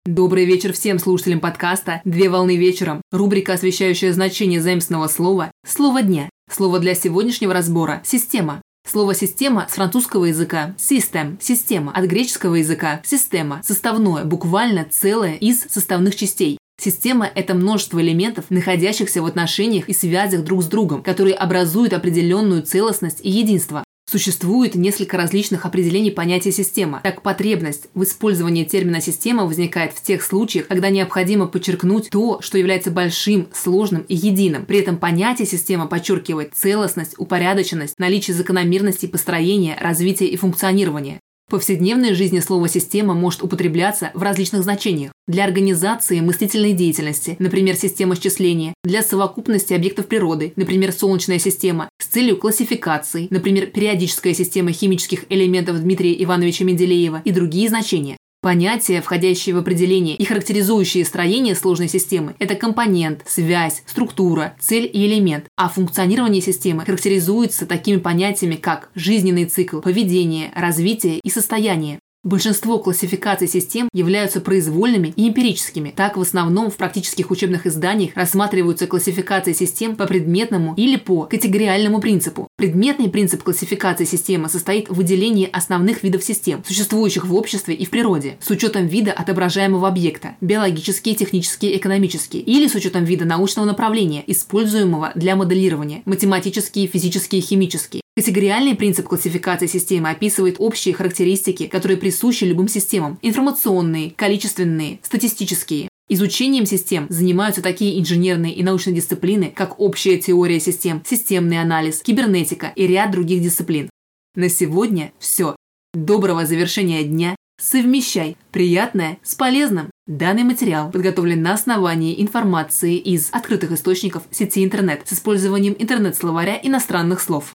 Добрый вечер всем слушателям подкаста «Две волны вечером». Рубрика, освещающая значение заимственного слова «Слово дня». Слово для сегодняшнего разбора – «система». Слово «система» с французского языка «system» – «система», от греческого языка «система» – составное, буквально целое из составных частей. Система – это множество элементов, находящихся в отношениях и связях друг с другом, которые образуют определенную целостность и единство. Существует несколько различных определений понятия «система». Так, потребность в использовании термина «система» возникает в тех случаях, когда необходимо подчеркнуть то, что является большим, сложным и единым. При этом понятие «система» подчеркивает целостность, упорядоченность, наличие закономерностей построения, развития и функционирования. В повседневной жизни слово «система» может употребляться в различных значениях. Для организации мыслительной деятельности, например, система счисления, для совокупности объектов природы, например, Солнечная система, с целью классификации, например, периодическая система химических элементов Дмитрия Ивановича Менделеева и другие значения. Понятия, входящие в определение и характеризующие строение сложной системы, это компонент, связь, структура, цель и элемент, а функционирование системы характеризуется такими понятиями, как жизненный цикл, поведение, развитие и состояние. Большинство классификаций систем являются произвольными и эмпирическими. Так, в основном в практических учебных изданиях рассматриваются классификации систем по предметному или по категориальному принципу. Предметный принцип классификации системы состоит в выделении основных видов систем, существующих в обществе и в природе, с учетом вида отображаемого объекта – биологические, технические, экономические, или с учетом вида научного направления, используемого для моделирования – математические, физические, химические. Категориальный принцип классификации системы описывает общие характеристики, которые присущи любым системам – информационные, количественные, статистические. Изучением систем занимаются такие инженерные и научные дисциплины, как общая теория систем, системный анализ, кибернетика и ряд других дисциплин. На сегодня все. Доброго завершения дня. Совмещай приятное с полезным. Данный материал подготовлен на основании информации из открытых источников сети интернет с использованием интернет-словаря иностранных слов.